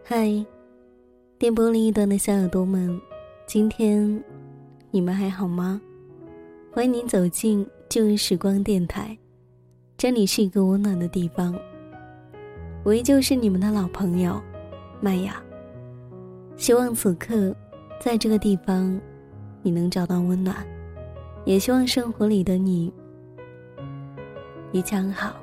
嗨，电波另一端的小耳朵们，今天你们还好吗？欢迎您走进旧日时光电台，这里是一个温暖的地方。我依旧是你们的老朋友麦雅，希望此刻在这个地方你能找到温暖，也希望生活里的你一切安好。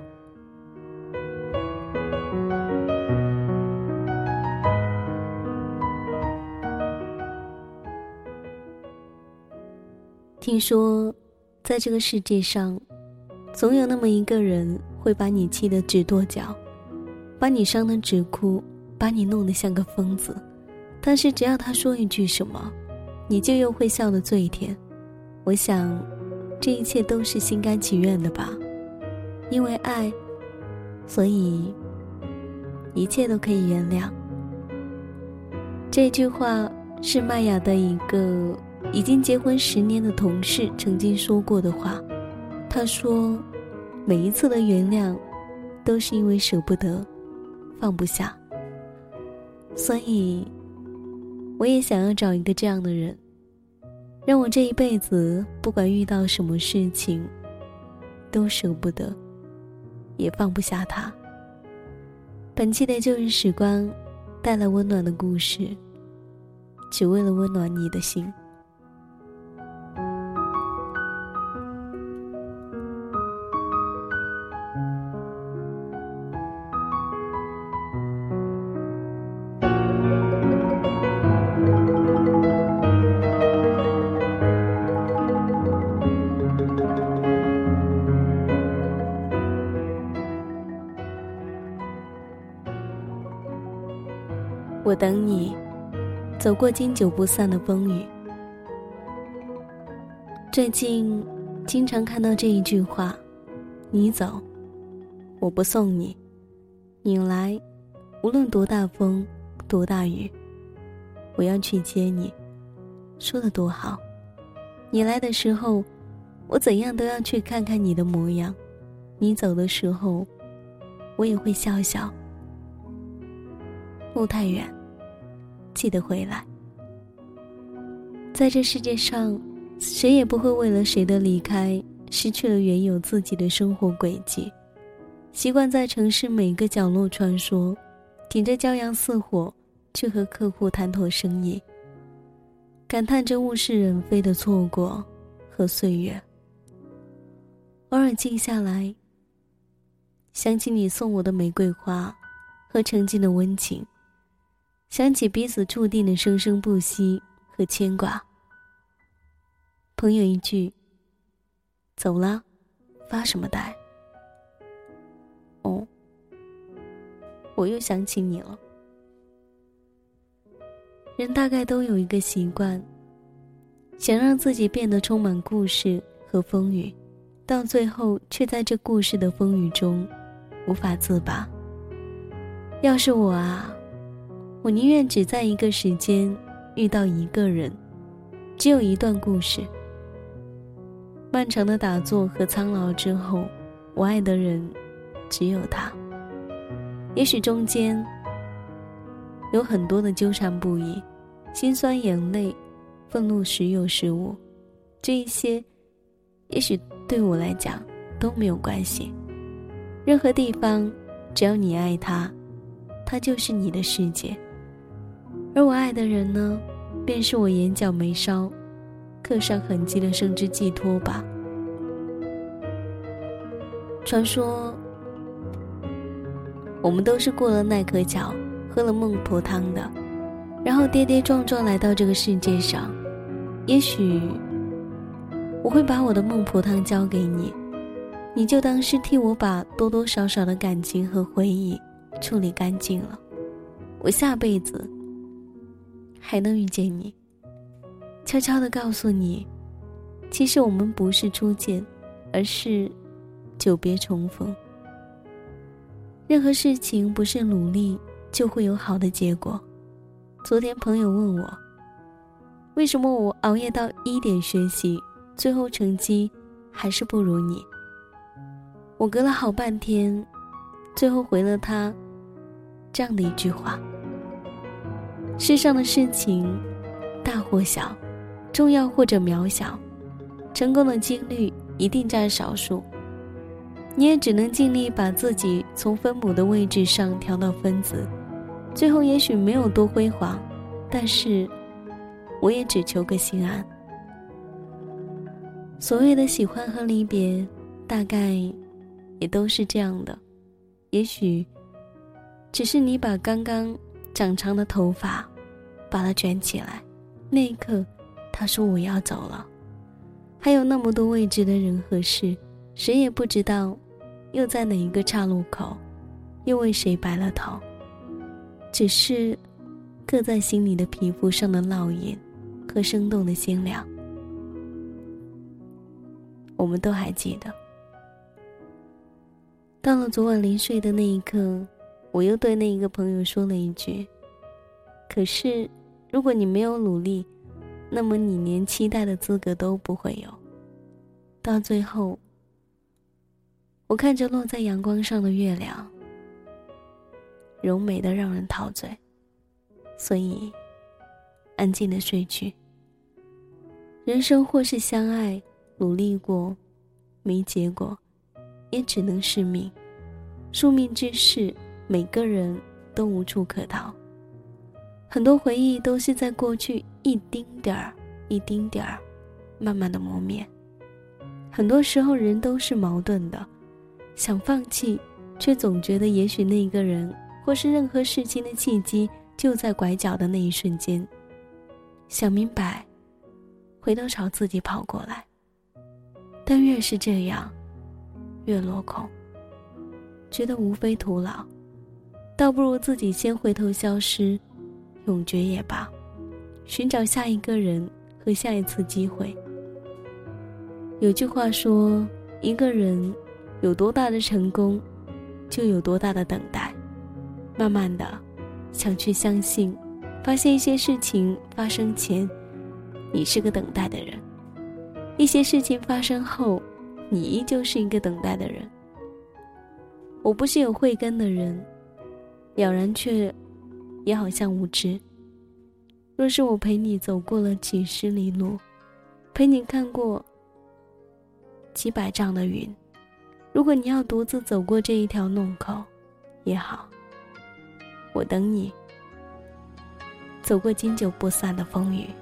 听说在这个世界上总有那么一个人会把你气得直跺脚，把你伤得直哭，把你弄得像个疯子，但是只要他说一句什么，你就又会笑得最甜。我想这一切都是心甘情愿的吧，因为爱，所以一切都可以原谅。这句话是麦雅的一个已经结婚10年的同事曾经说过的话。他说每一次的原谅都是因为舍不得，放不下，所以我也想要找一个这样的人，让我这一辈子不管遇到什么事情都舍不得也放不下他。本期的旧日时光带来温暖的故事，只为了温暖你的心。我等你，走过经久不散的风雨。最近经常看到这一句话，你走，我不送你，你来，无论多大风多大雨，我要去接你。说得多好，你来的时候，我怎样都要去看看你的模样，你走的时候，我也会笑笑。路太远，记得回来。在这世界上，谁也不会为了谁的离开失去了原有自己的生活轨迹，习惯在城市每个角落穿梭，顶着骄阳似火去和客户谈妥生意，感叹着物是人非的错过和岁月。偶尔静下来，想起你送我的玫瑰花和曾经的温情，想起彼此注定的生生不息和牵挂。朋友一句走了，发什么呆？哦，我又想起你了。人大概都有一个习惯，想让自己变得充满故事和风雨，到最后却在这故事的风雨中无法自拔。要是我啊，我宁愿只在一个时间遇到一个人，只有一段故事。漫长的打坐和苍老之后，我爱的人只有他。也许中间有很多的纠缠不已，心酸眼泪，愤怒时有时无，这一些也许对我来讲都没有关系。任何地方只要你爱他，他就是你的世界。而我爱的人呢，便是我眼角眉梢刻上痕迹的生之寄托吧。传说我们都是过了奈何桥，喝了孟婆汤的，然后跌跌撞撞来到这个世界上。也许我会把我的孟婆汤交给你，你就当是替我把多多少少的感情和回忆处理干净了。我下辈子还能遇见你，悄悄地告诉你，其实我们不是初见，而是久别重逢。任何事情不是努力就会有好的结果。昨天朋友问我，为什么我熬夜到1点学习，最后成绩还是不如你？我隔了好半天，最后回了他这样的一句话： 世上的事情大或小，重要或者渺小，成功的几率一定占少数。你也只能尽力把自己从分母的位置上调到分子，最后也许没有多辉煌，但是我也只求个心安。所谓的喜欢和离别，大概也都是这样的。也许只是你把刚刚长长的头发把它卷起来，那一刻他说我要走了。还有那么多未知的人和事，谁也不知道又在哪一个岔路口又为谁白了头，只是刻在心里的皮肤上的烙印和生动的心凉，我们都还记得。到了昨晚临睡的那一刻，我又对那一个朋友说了一句，可是如果你没有努力，那么你连期待的资格都不会有。到最后，我看着落在阳光上的月亮，柔美的让人陶醉，所以安静的睡去。人生或是相爱，努力过没结果，也只能是命。宿命之事，每个人都无处可逃。很多回忆都是在过去一丁点儿一丁点儿慢慢的磨灭。很多时候人都是矛盾的，想放弃，却总觉得也许那个人或是任何事情的契机就在拐角的那一瞬间。想明白，回头朝自己跑过来。但越是这样，越落空，觉得无非徒劳，倒不如自己先回头消失，永绝也罢，寻找下一个人和下一次机会。有句话说，一个人有多大的成功，就有多大的等待。慢慢的想去相信，发现一些事情发生前，你是个等待的人；一些事情发生后，你依旧是一个等待的人。我不是有慧根的人，了然却也好像无知。若是我陪你走过了几十里路，陪你看过几百丈的云，如果你要独自走过这一条弄口也好，我等你走过经久不散的风雨。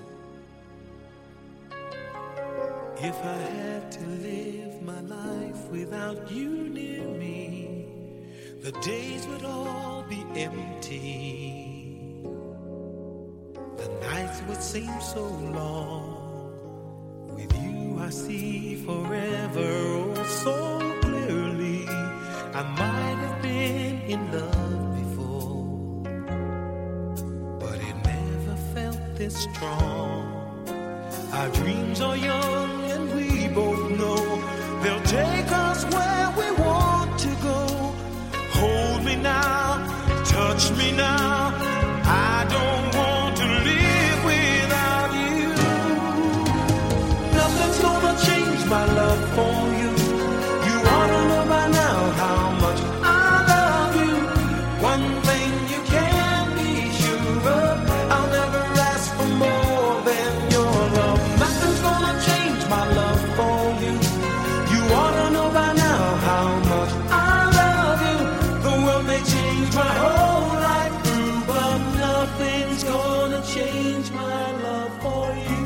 If I had to live my life without you near me, the days would all be empty. The nights would seem so long. With you I see forever oh so clearly. I might have been in love before, but it never felt this strong. Our dreams are young and we both know they'll take us where we want to go. Hold me now, touch me now. I don't want to live without you. Nothing's gonna change my love for you. You ought to know by now how much I love you. One thing you can be sure of, I'll never ask for more than your love. Nothing's gonna change my love for you. You ought to know by now how much I love you. The world may change my whole life through, but nothing's gonna change my love for you.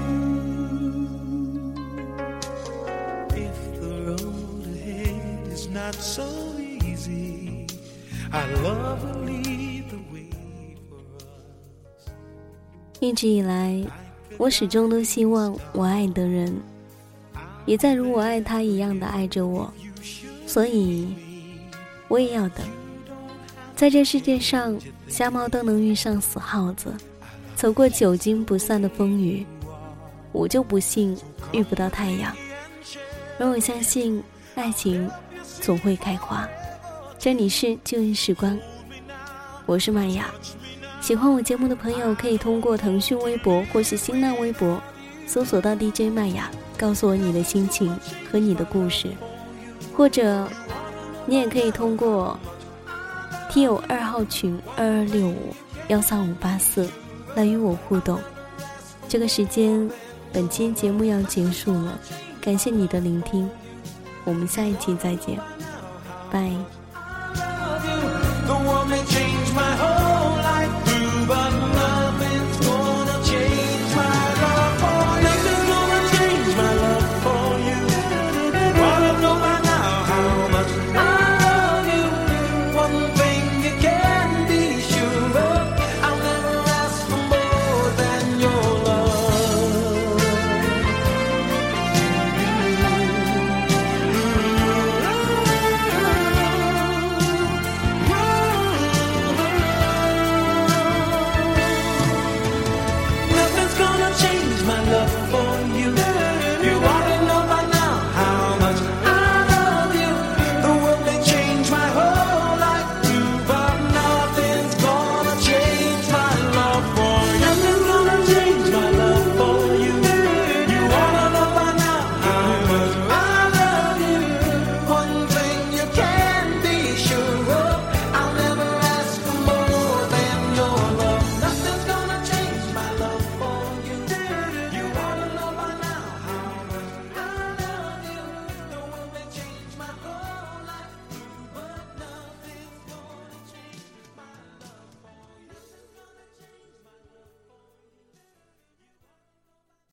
If the road ahead is not so easy, I'd love to lead the way for us. 一直以来，我始终都希望我爱的人也在如我爱他一样的爱着我，所以我也要等。在这世界上，瞎猫都能遇上死耗子，走过久经不散的风雨，我就不信遇不到太阳。而我相信爱情总会开花。这里是旧日时光，我是麦雅。喜欢我节目的朋友可以通过腾讯微博或是新浪微博搜索到 DJ 麦雅，告诉我你的心情和你的故事，或者你也可以通过听友2号群2265 13584来与我互动。这个时间，本期节目要结束了，感谢你的聆听，我们下一期再见，拜。